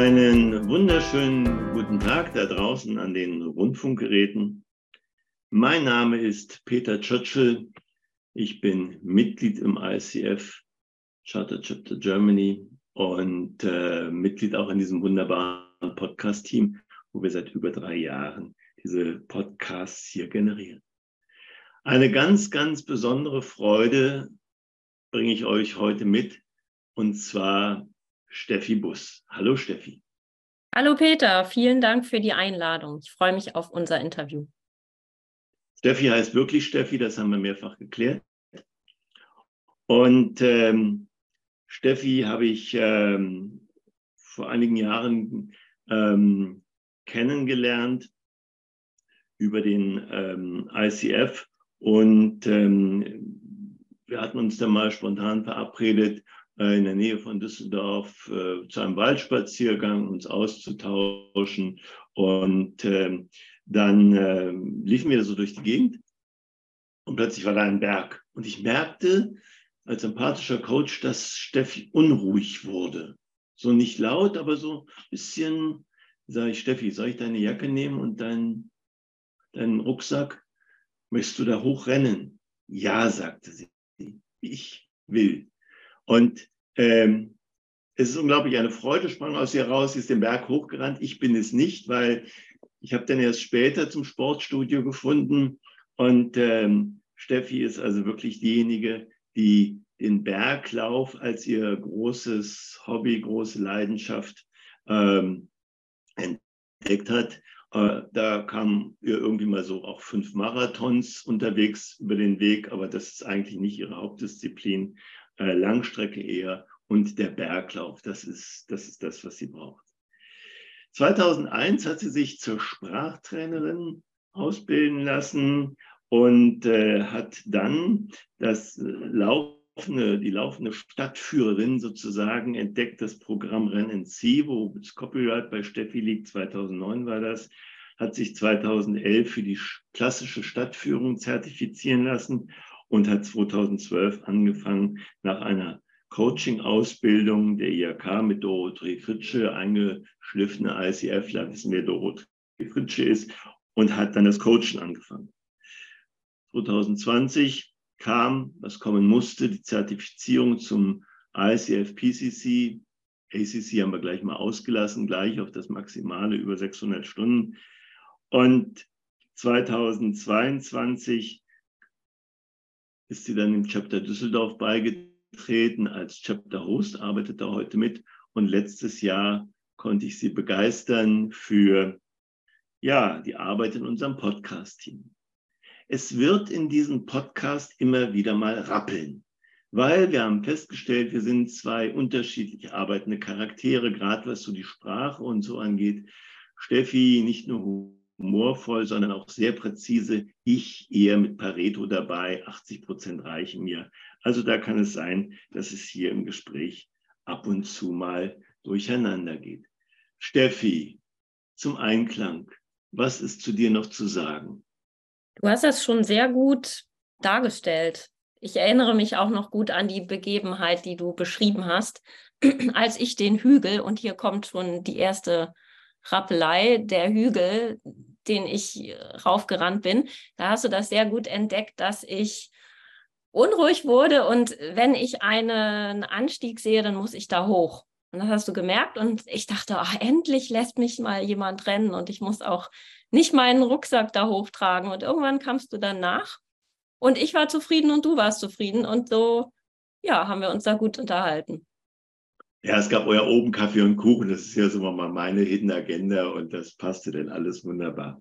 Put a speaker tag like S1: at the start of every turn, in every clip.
S1: Einen wunderschönen guten Tag da draußen an den Rundfunkgeräten. Mein Name ist Peter Tschötschel. Ich bin Mitglied im ICF Charter Chapter Germany und Mitglied auch in diesem wunderbaren Podcast-Team, wo wir seit über 3 Jahren diese Podcasts hier generieren. Eine ganz, ganz besondere Freude bringe ich euch heute mit, und zwar Steffi Buss. Hallo Steffi.
S2: Hallo Peter, vielen Dank für die Einladung. Ich freue mich auf unser Interview.
S1: Steffi heißt wirklich Steffi, das haben wir mehrfach geklärt. Und Steffi habe ich vor einigen Jahren kennengelernt über den ICF, und wir hatten uns dann mal spontan verabredet, in der Nähe von Düsseldorf zu einem Waldspaziergang uns auszutauschen, und dann liefen wir so durch die Gegend und plötzlich war da ein Berg, und ich merkte als empathischer Coach, dass Steffi unruhig wurde. So nicht laut, aber so ein bisschen. Sage ich: Steffi, soll ich deine Jacke nehmen und deinen Rucksack? Möchtest du da hochrennen? Ja, sagte sie, ich will. Und es ist unglaublich, eine Freude sprang aus ihr raus, sie ist den Berg hochgerannt. Ich bin es nicht, weil ich habe dann erst später zum Sportstudio gefunden, und Steffi ist also wirklich diejenige, die den Berglauf als ihr großes Hobby, große Leidenschaft entdeckt hat. Da kamen ihr irgendwie mal so auch 5 Marathons unterwegs über den Weg, aber das ist eigentlich nicht ihre Hauptdisziplin. Langstrecke eher, und der Berglauf, das ist das, was sie braucht. 2001 hat sie sich zur Sprachtrainerin ausbilden lassen und hat dann die laufende Stadtführerin sozusagen entdeckt, das Programm Renn&See, wo das Copyright bei Steffi liegt. 2009 war das, hat sich 2011 für die klassische Stadtführung zertifizieren lassen und hat 2012 angefangen, nach einer Coaching-Ausbildung der IHK mit Dorothee Fritsche, eingeschliffene ICFler, wissen wir, Dorothee Fritsche ist, und hat dann das Coachen angefangen. 2020 kam, was kommen musste, die Zertifizierung zum ICF PCC. ACC haben wir gleich mal ausgelassen, gleich auf das Maximale, über 600 Stunden. Und 2022 ist sie dann im Chapter Düsseldorf beigetreten als Chapter Host, arbeitet da heute mit. Und letztes Jahr konnte ich sie begeistern für die Arbeit in unserem Podcast-Team. Es wird in diesem Podcast immer wieder mal rappeln, weil wir haben festgestellt, wir sind 2 unterschiedlich arbeitende Charaktere, gerade was so die Sprache und so angeht. Steffi nicht nur humorvoll, sondern auch sehr präzise. Ich eher mit Pareto dabei, 80% reichen mir. Also da kann es sein, dass es hier im Gespräch ab und zu mal durcheinander geht. Steffi, zum Einklang, was ist zu dir noch zu sagen?
S2: Du hast das schon sehr gut dargestellt. Ich erinnere mich auch noch gut an die Begebenheit, die du beschrieben hast, als ich den Hügel, und hier kommt schon die erste Rappelei, der Hügel, den ich raufgerannt bin, da hast du das sehr gut entdeckt, dass ich unruhig wurde, und wenn ich einen Anstieg sehe, dann muss ich da hoch. Und das hast du gemerkt, und ich dachte, endlich lässt mich mal jemand rennen und ich muss auch nicht meinen Rucksack da hochtragen. Und irgendwann kamst du dann nach und ich war zufrieden und du warst zufrieden, und so, haben wir uns da gut unterhalten.
S1: Ja, es gab euer oben Kaffee und Kuchen, das ist ja so mal meine Hidden Agenda, und das passte dann alles wunderbar.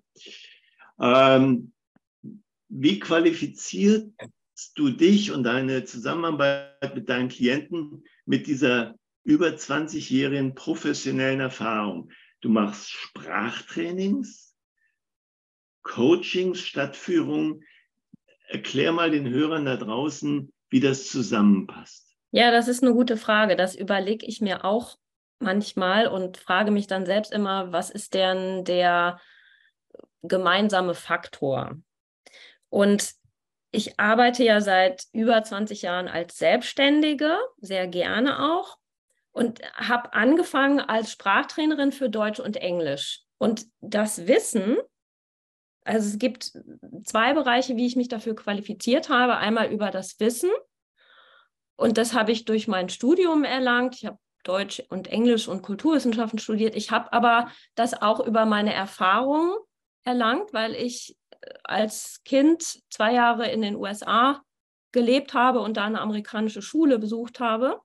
S1: Wie qualifizierst du dich und deine Zusammenarbeit mit deinen Klienten mit dieser über 20-jährigen professionellen Erfahrung? Du machst Sprachtrainings, Coachings, Stadtführungen. Erklär mal den Hörern da draußen, wie das zusammenpasst.
S2: Ja, das ist eine gute Frage. Das überlege ich mir auch manchmal und frage mich dann selbst immer, was ist denn der gemeinsame Faktor? Und ich arbeite ja seit über 20 Jahren als Selbstständige, sehr gerne auch. und habe angefangen als Sprachtrainerin für Deutsch und Englisch. Und das Wissen, also es gibt zwei Bereiche, wie ich mich dafür qualifiziert habe. Einmal über das Wissen, und das habe ich durch mein Studium erlangt. Ich habe Deutsch und Englisch und Kulturwissenschaften studiert. Ich habe aber das auch über meine Erfahrungen erlangt, weil ich als Kind 2 Jahre in den USA gelebt habe und da eine amerikanische Schule besucht habe.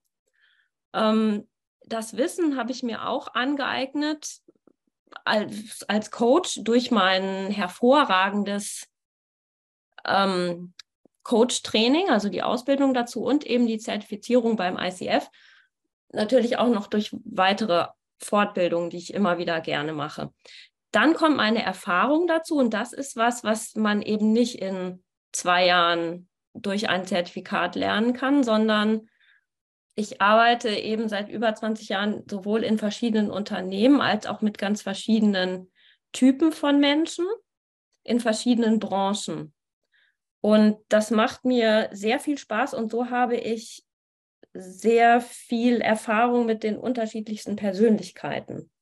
S2: Das Wissen habe ich mir auch angeeignet als Coach durch mein hervorragendes Coach-Training, also die Ausbildung dazu und eben die Zertifizierung beim ICF. Natürlich auch noch durch weitere Fortbildungen, die ich immer wieder gerne mache. Dann kommt meine Erfahrung dazu, und das ist was man eben nicht in 2 Jahren durch ein Zertifikat lernen kann, sondern ich arbeite eben seit über 20 Jahren sowohl in verschiedenen Unternehmen als auch mit ganz verschiedenen Typen von Menschen in verschiedenen Branchen. Und das macht mir sehr viel Spaß, und so habe ich sehr viel Erfahrung mit den unterschiedlichsten Persönlichkeiten.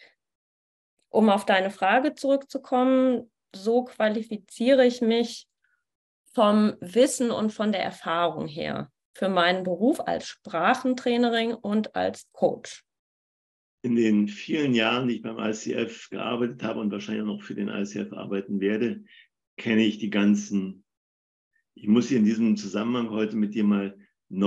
S2: Um auf deine Frage zurückzukommen, so qualifiziere ich mich vom Wissen und von der Erfahrung her für meinen Beruf als Sprachentrainerin und als Coach.
S1: In den vielen Jahren, die ich beim ICF gearbeitet habe und wahrscheinlich auch noch für den ICF arbeiten werde, kenne ich die ganzen, ich muss sie in diesem Zusammenhang heute mit dir mal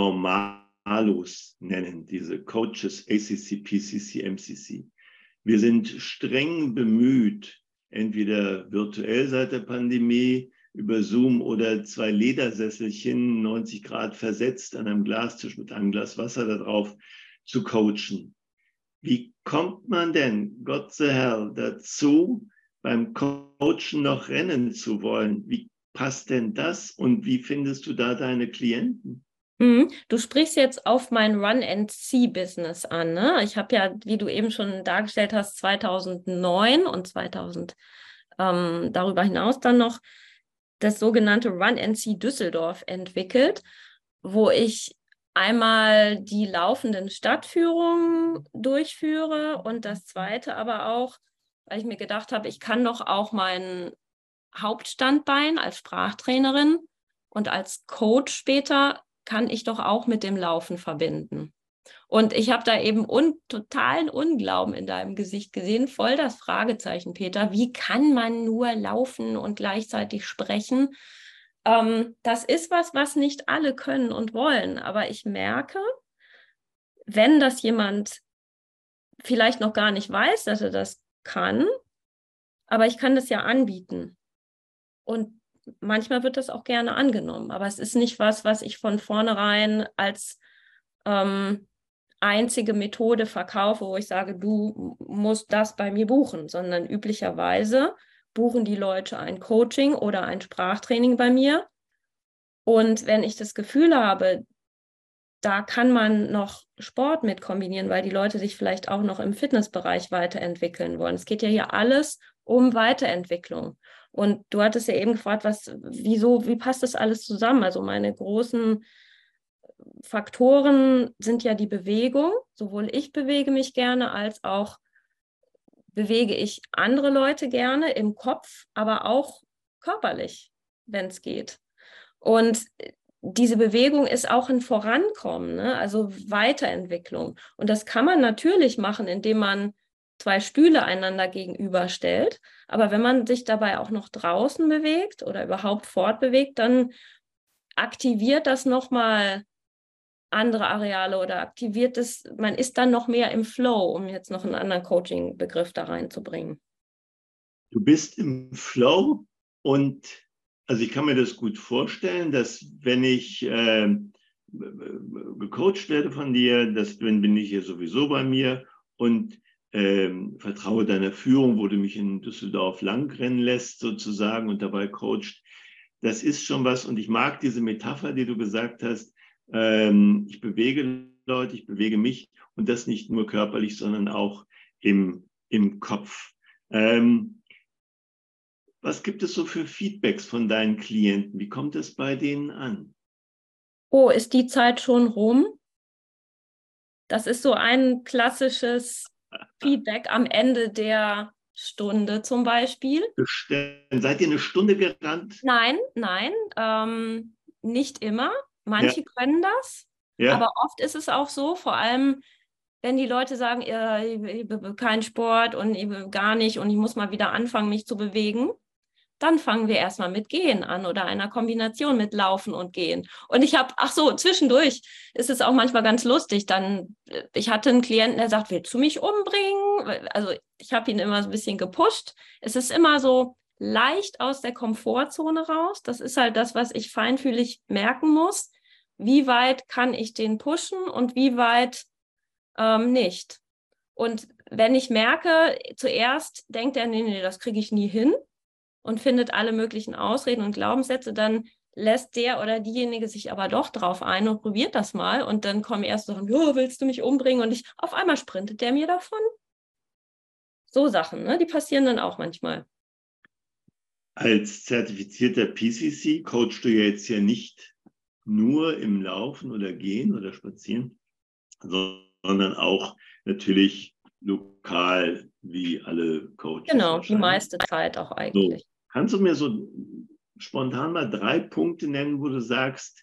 S1: Normalos nennen, diese Coaches, ACC, PCC, MCC. Wir sind streng bemüht, entweder virtuell seit der Pandemie, über Zoom oder 2 Ledersesselchen, 90 Grad versetzt an einem Glastisch mit einem Glas Wasser da drauf zu coachen. Wie kommt man denn, Gott sei Herr, dazu, beim Coachen noch rennen zu wollen? Wie passt denn das und wie findest du da deine Klienten?
S2: Du sprichst jetzt auf mein Run-and-See-Business an, ne? Ich habe ja, wie du eben schon dargestellt hast, 2009 und 2000 darüber hinaus dann noch das sogenannte Run-and-See Düsseldorf entwickelt, wo ich einmal die laufenden Stadtführungen durchführe und das zweite aber auch, weil ich mir gedacht habe, ich kann doch auch mein Hauptstandbein als Sprachtrainerin und als Coach später kann ich doch auch mit dem Laufen verbinden. Und ich habe da eben totalen Unglauben in deinem Gesicht gesehen, voll das Fragezeichen, Peter. Wie kann man nur laufen und gleichzeitig sprechen? Das ist was nicht alle können und wollen. Aber ich merke, wenn das jemand vielleicht noch gar nicht weiß, dass er das kann, aber ich kann das ja anbieten. Und manchmal wird das auch gerne angenommen. Aber es ist nicht was ich von vornherein als einzige Methode verkaufe, wo ich sage, du musst das bei mir buchen, sondern üblicherweise buchen die Leute ein Coaching oder ein Sprachtraining bei mir. Und wenn ich das Gefühl habe, da kann man noch Sport mit kombinieren, weil die Leute sich vielleicht auch noch im Fitnessbereich weiterentwickeln wollen. Es geht ja hier alles um Weiterentwicklung. Und du hattest ja eben gefragt, wie passt das alles zusammen? Also meine großen Faktoren sind ja die Bewegung. Sowohl ich bewege mich gerne, als auch bewege ich andere Leute gerne im Kopf, aber auch körperlich, wenn es geht. Und diese Bewegung ist auch ein Vorankommen, ne? Also Weiterentwicklung. Und das kann man natürlich machen, indem man 2 Stühle einander gegenüberstellt. Aber wenn man sich dabei auch noch draußen bewegt oder überhaupt fortbewegt, dann aktiviert das nochmal andere Areale oder aktiviert es, man ist dann noch mehr im Flow, um jetzt noch einen anderen Coaching-Begriff da reinzubringen.
S1: Du bist im Flow und also ich kann mir das gut vorstellen, dass wenn ich gecoacht werde von dir, bin ich hier sowieso bei mir und vertraue deiner Führung, wo du mich in Düsseldorf langrennen lässt sozusagen und dabei coacht. Das ist schon was und ich mag diese Metapher, die du gesagt hast. Ich bewege Leute, ich bewege mich und das nicht nur körperlich, sondern auch im Kopf. Was gibt es so für Feedbacks von deinen Klienten? Wie kommt es bei denen an?
S2: Oh, ist die Zeit schon rum? Das ist so ein klassisches Feedback am Ende der Stunde zum Beispiel.
S1: Seid ihr eine Stunde gerannt?
S2: Nein, nicht immer. Manche können das, aber oft ist es auch so, vor allem wenn die Leute sagen, kein Sport und gar nicht und ich muss mal wieder anfangen, mich zu bewegen, dann fangen wir erstmal mit Gehen an oder einer Kombination mit Laufen und Gehen. Und zwischendurch ist es auch manchmal ganz lustig. Ich hatte einen Klienten, der sagt, willst du mich umbringen? Also ich habe ihn immer so ein bisschen gepusht. Es ist immer so leicht aus der Komfortzone raus. Das ist halt das, was ich feinfühlig merken muss. Wie weit kann ich den pushen und wie weit nicht? Und wenn ich merke, zuerst denkt er, nee, das kriege ich nie hin und findet alle möglichen Ausreden und Glaubenssätze, dann lässt der oder diejenige sich aber doch drauf ein und probiert das mal und dann kommen erst so, willst du mich umbringen? Und auf einmal sprintet der mir davon. So Sachen, ne? Die passieren dann auch manchmal.
S1: Als zertifizierter PCC coachst du ja jetzt ja nicht nur im Laufen oder Gehen oder Spazieren, sondern auch natürlich lokal, wie alle Coaches.
S2: Genau, die meiste Zeit auch eigentlich.
S1: So, kannst du mir so spontan mal 3 Punkte nennen, wo du sagst,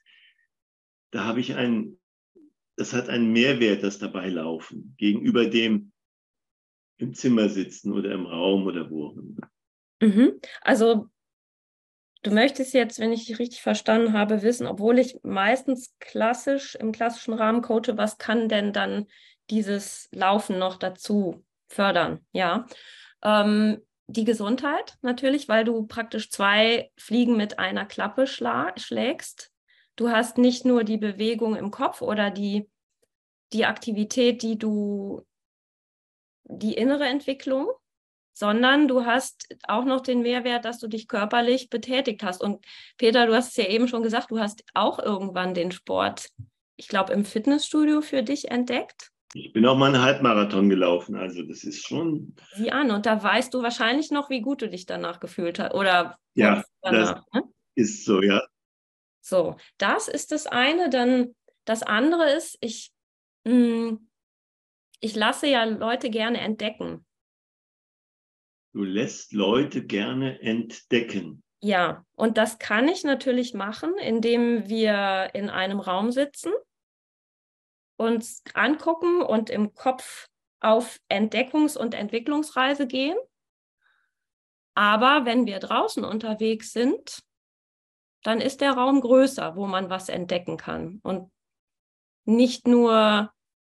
S1: das hat einen Mehrwert, das dabei laufen, gegenüber dem im Zimmer sitzen oder im Raum oder wo auch immer?
S2: Also du möchtest jetzt, wenn ich dich richtig verstanden habe, wissen, obwohl ich meistens im klassischen Rahmen coache, was kann denn dann dieses Laufen noch dazu fördern? Ja, die Gesundheit natürlich, weil du praktisch 2 Fliegen mit einer Klappe schlägst. Du hast nicht nur die Bewegung im Kopf oder die Aktivität, die innere Entwicklung, sondern du hast auch noch den Mehrwert, dass du dich körperlich betätigt hast. Und Peter, du hast es ja eben schon gesagt, du hast auch irgendwann den Sport, ich glaube, im Fitnessstudio für dich entdeckt.
S1: Ich bin auch mal einen Halbmarathon gelaufen, also das ist schon...
S2: Sieh an, und da weißt du wahrscheinlich noch, wie gut du dich danach gefühlt hast. Oder
S1: ja,
S2: danach,
S1: das ist so, ja.
S2: So, das ist das eine. Dann das andere ist, ich lasse ja Leute gerne entdecken.
S1: Du lässt Leute gerne entdecken.
S2: Ja, und das kann ich natürlich machen, indem wir in einem Raum sitzen, uns angucken und im Kopf auf Entdeckungs- und Entwicklungsreise gehen. Aber wenn wir draußen unterwegs sind, dann ist der Raum größer, wo man was entdecken kann. Und nicht nur,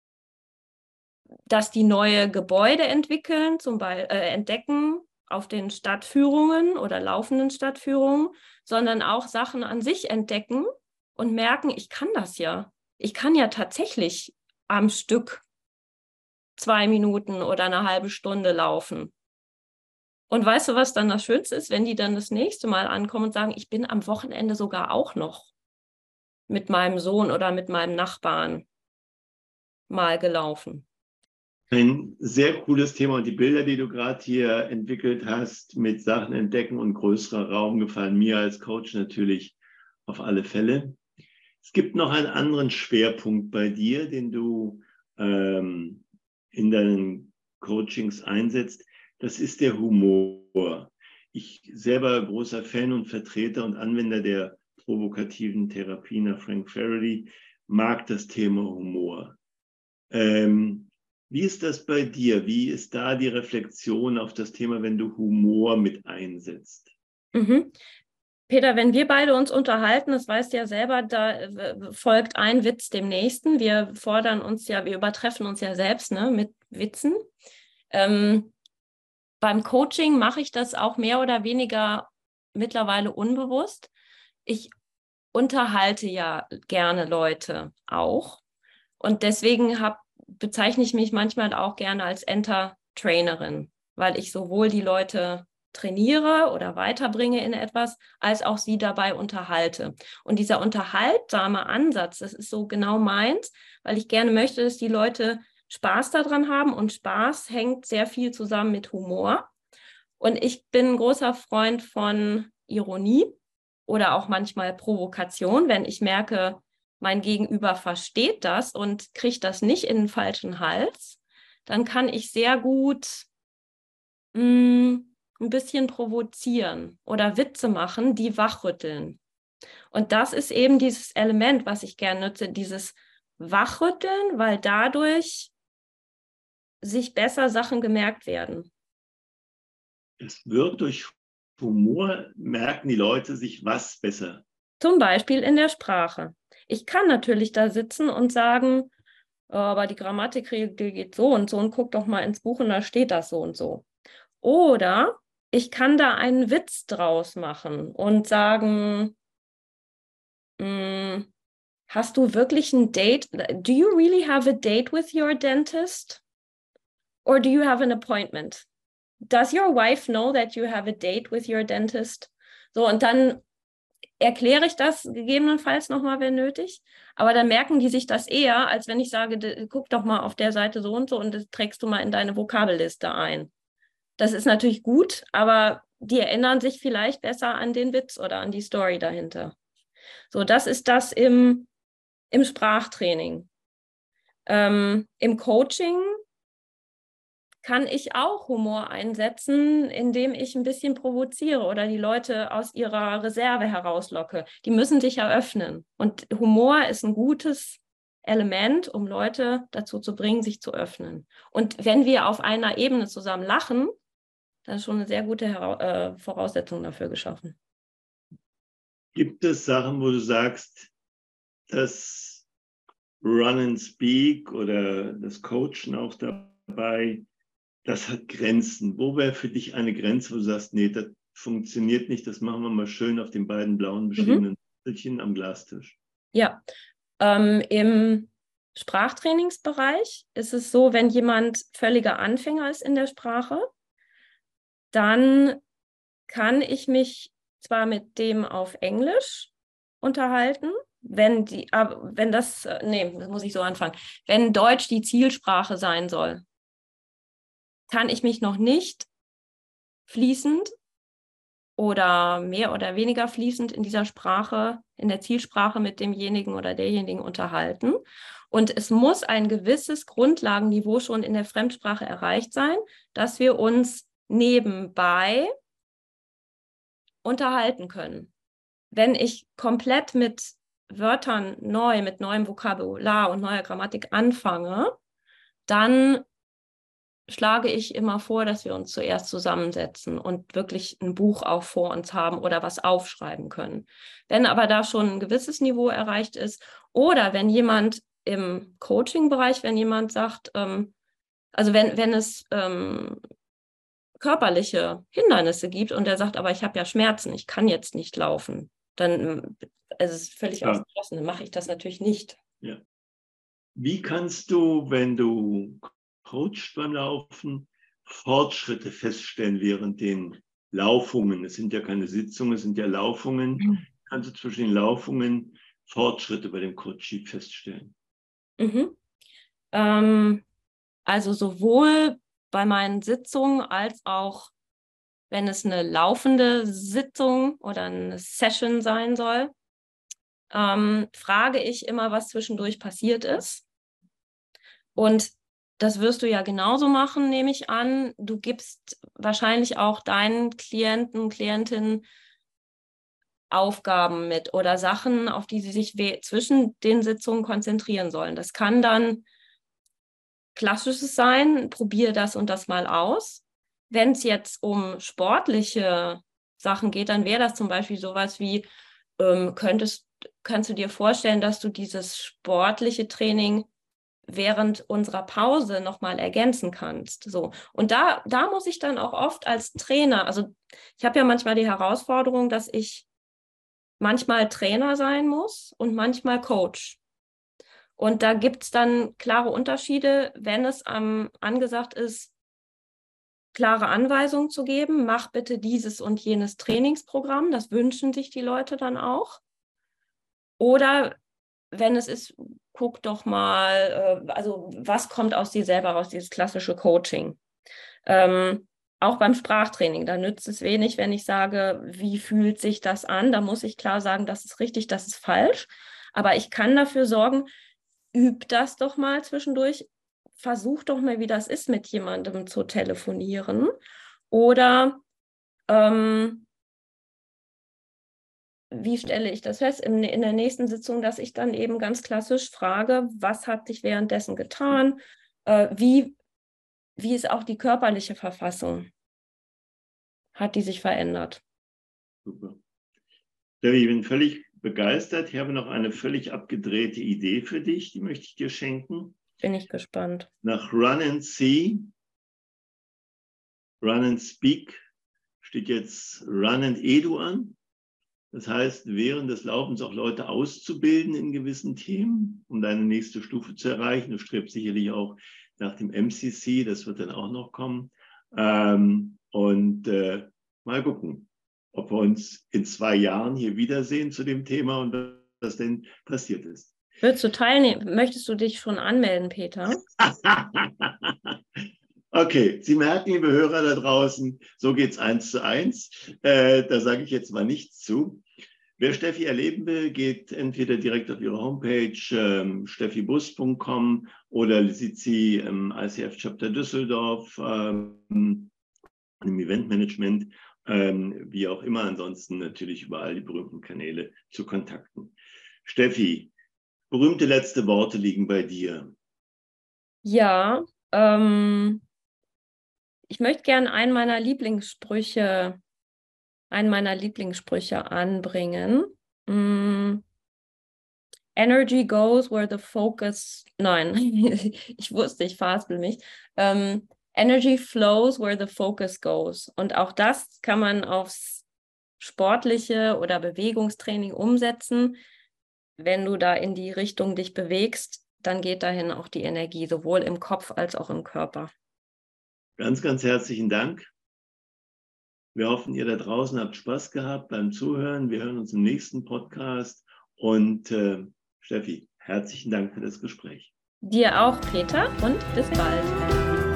S2: dass die neue Gebäude entwickeln, entdecken auf den Stadtführungen oder laufenden Stadtführungen, sondern auch Sachen an sich entdecken und merken, ich kann das ja. Ich kann ja tatsächlich am Stück 2 Minuten oder eine halbe Stunde laufen. Und weißt du, was dann das Schönste ist, wenn die dann das nächste Mal ankommen und sagen, ich bin am Wochenende sogar auch noch mit meinem Sohn oder mit meinem Nachbarn mal gelaufen.
S1: Ein sehr cooles Thema und die Bilder, die du gerade hier entwickelt hast, mit Sachen entdecken und größerer Raum, gefallen mir als Coach natürlich auf alle Fälle. Es gibt noch einen anderen Schwerpunkt bei dir, den du in deinen Coachings einsetzt. Das ist der Humor. Ich selber großer Fan und Vertreter und Anwender der provokativen Therapie nach Frank Faraday mag das Thema Humor. Wie ist das bei dir? Wie ist da die Reflexion auf das Thema, wenn du Humor mit einsetzt?
S2: Peter, wenn wir beide uns unterhalten, das weißt du ja selber, da folgt ein Witz dem nächsten. Wir übertreffen uns ja selbst, ne, mit Witzen. Beim Coaching mache ich das auch mehr oder weniger mittlerweile unbewusst. Ich unterhalte ja gerne Leute auch. Und deswegen bezeichne ich mich manchmal auch gerne als Entertrainerin, weil ich sowohl die Leute trainiere oder weiterbringe in etwas, als auch sie dabei unterhalte. Und dieser unterhaltsame Ansatz, das ist so genau meins, weil ich gerne möchte, dass die Leute Spaß daran haben, und Spaß hängt sehr viel zusammen mit Humor. Und ich bin ein großer Freund von Ironie oder auch manchmal Provokation, wenn ich merke, mein Gegenüber versteht das und kriegt das nicht in den falschen Hals, dann kann ich sehr gut ein bisschen provozieren oder Witze machen, die wachrütteln. Und das ist eben dieses Element, was ich gerne nutze, dieses Wachrütteln, weil dadurch sich besser Sachen gemerkt werden.
S1: Es wird durch Humor, merken die Leute sich was besser.
S2: Zum Beispiel in der Sprache. Ich kann natürlich da sitzen und sagen, aber die Grammatikregel geht so und guck doch mal ins Buch und da steht das so und so. Oder ich kann da einen Witz draus machen und sagen, hast du wirklich ein Date? Do you really have a date with your dentist? Or do you have an appointment? Does your wife know that you have a date with your dentist? So, und dann erkläre ich das gegebenenfalls nochmal, wenn nötig. Aber dann merken die sich das eher, als wenn ich sage, guck doch mal auf der Seite so und das trägst du mal in deine Vokabelliste ein. Das ist natürlich gut, aber die erinnern sich vielleicht besser an den Witz oder an die Story dahinter. So, das ist das im Sprachtraining. Im Coaching kann ich auch Humor einsetzen, indem ich ein bisschen provoziere oder die Leute aus ihrer Reserve herauslocke. Die müssen sich eröffnen. Und Humor ist ein gutes Element, um Leute dazu zu bringen, sich zu öffnen. Und wenn wir auf einer Ebene zusammen lachen, dann ist schon eine sehr gute Voraussetzung dafür geschaffen.
S1: Gibt es Sachen, wo du sagst, das Run and Speak oder das Coachen auch dabei, das hat Grenzen? Wo wäre für dich eine Grenze, wo du sagst, nee, das funktioniert nicht, das machen wir mal schön auf den beiden blauen beschriebenen Zettelchen am Glastisch?
S2: Ja, im Sprachtrainingsbereich ist es so, wenn jemand völliger Anfänger ist in der Sprache, dann kann ich mich zwar mit dem auf Englisch unterhalten, wenn das muss ich so anfangen, wenn Deutsch die Zielsprache sein soll, kann ich mich noch nicht fließend oder mehr oder weniger fließend in dieser Sprache, in der Zielsprache mit demjenigen oder derjenigen unterhalten. Und es muss ein gewisses Grundlagenniveau schon in der Fremdsprache erreicht sein, dass wir uns nebenbei unterhalten können. Wenn ich komplett mit Wörtern mit neuem Vokabular und neuer Grammatik anfange, dann schlage ich immer vor, dass wir uns zuerst zusammensetzen und wirklich ein Buch auch vor uns haben oder was aufschreiben können. Wenn aber da schon ein gewisses Niveau erreicht ist oder wenn jemand im Coaching-Bereich, wenn jemand sagt, also wenn es körperliche Hindernisse gibt und der sagt, aber ich habe ja Schmerzen, ich kann jetzt nicht laufen, dann ist es völlig ausgeschlossen, dann mache ich das natürlich nicht.
S1: Ja. Wie kannst du, wenn du coachst beim Laufen, Fortschritte feststellen während den Laufungen? Es sind ja keine Sitzungen, es sind ja Laufungen. Kannst du zwischen den Laufungen Fortschritte bei dem Coaching feststellen?
S2: Also sowohl bei meinen Sitzungen als auch, wenn es eine laufende Sitzung oder eine Session sein soll, frage ich immer, was zwischendurch passiert ist. Und das wirst du ja genauso machen, nehme ich an. Du gibst wahrscheinlich auch deinen Klienten, Klientinnen Aufgaben mit oder Sachen, auf die sie sich zwischen den Sitzungen konzentrieren sollen. Das kann dann Klassisches sein, probiere das und das mal aus. Wenn es jetzt um sportliche Sachen geht, dann wäre das zum Beispiel sowas wie, kannst du dir vorstellen, dass du dieses sportliche Training während unserer Pause nochmal ergänzen kannst. So. Und da muss ich dann auch oft als Trainer, also ich habe ja manchmal die Herausforderung, dass ich manchmal Trainer sein muss und manchmal Coach. Und da gibt es dann klare Unterschiede, wenn es angesagt ist, klare Anweisungen zu geben, mach bitte dieses und jenes Trainingsprogramm, das wünschen sich die Leute dann auch. Oder wenn es ist, guck doch mal, also was kommt aus dir selber raus, dieses klassische Coaching. Auch beim Sprachtraining, da nützt es wenig, wenn ich sage, wie fühlt sich das an? Da muss ich klar sagen, das ist richtig, das ist falsch. Aber ich kann dafür sorgen, üb das doch mal zwischendurch. Versuch doch mal, wie das ist, mit jemandem zu telefonieren. Oder wie stelle ich das fest in der nächsten Sitzung, dass ich dann eben ganz klassisch frage, was hat sich währenddessen getan? Wie ist auch die körperliche Verfassung? Hat die sich verändert?
S1: Super. Ich bin völlig begeistert. Ich habe noch eine völlig abgedrehte Idee für dich, die möchte ich dir schenken.
S2: Bin ich gespannt.
S1: Nach Run and See, Run and Speak steht jetzt Run and Edu an. Das heißt, während des Laufens auch Leute auszubilden in gewissen Themen, um deine nächste Stufe zu erreichen. Du strebst sicherlich auch nach dem MCC, das wird dann auch noch kommen. Mal gucken, ob wir uns in 2 Jahren hier wiedersehen zu dem Thema und was denn passiert ist.
S2: Würdest du teilnehmen? Möchtest du dich schon anmelden, Peter?
S1: Okay, Sie merken, liebe Hörer da draußen, so geht es 1:1. Da sage ich jetzt mal nichts zu. Wer Steffi erleben will, geht entweder direkt auf ihre Homepage steffibus.com oder sieht sie im ICF Chapter Düsseldorf, im Eventmanagement, wie auch immer. Ansonsten natürlich überall die berühmten Kanäle zu kontakten. Steffi, berühmte letzte Worte liegen bei dir.
S2: Ja, ich möchte gerne einen meiner Lieblingssprüche anbringen. Energy goes where the focus. Nein, ich wusste, ich verhaspel mich. Energy flows where the focus goes. Und auch das kann man aufs sportliche oder Bewegungstraining umsetzen. Wenn du da in die Richtung dich bewegst, dann geht dahin auch die Energie, sowohl im Kopf als auch im Körper.
S1: Ganz, ganz herzlichen Dank. Wir hoffen, ihr da draußen habt Spaß gehabt beim Zuhören. Wir hören uns im nächsten Podcast. Und Steffi, herzlichen Dank für das Gespräch.
S2: Dir auch, Peter, und bis bald.